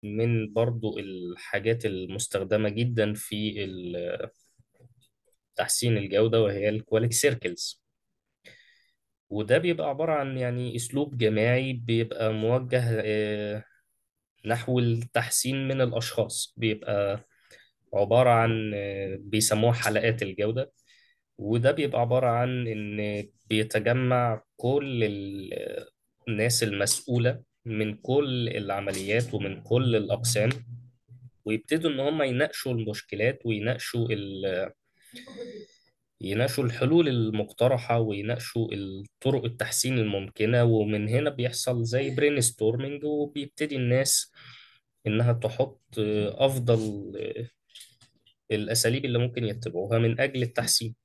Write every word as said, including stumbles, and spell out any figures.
من برضو الحاجات المستخدمة جدا في ال- تحسين الجودة، وهي الكواليتي سيركلز. وده بيبقى عبارة عن يعني أسلوب جماعي بيبقى موجه آه، نحو التحسين من الأشخاص. بيبقى عبارة عن آه، بيسموها حلقات الجودة. وده بيبقى عبارة عن إن بيتجمع كل ال- الناس المسؤولة من كل العمليات ومن كل الأقسام، ويبتدوا إن هم يناقشوا المشكلات ويناقشوا ال... يناقشوا الحلول المقترحة ويناقشوا الطرق التحسين الممكنة. ومن هنا بيحصل زي برين ستورمنج، وبيبتدي الناس إنها تحط أفضل الأساليب اللي ممكن يتبعوها من أجل التحسين.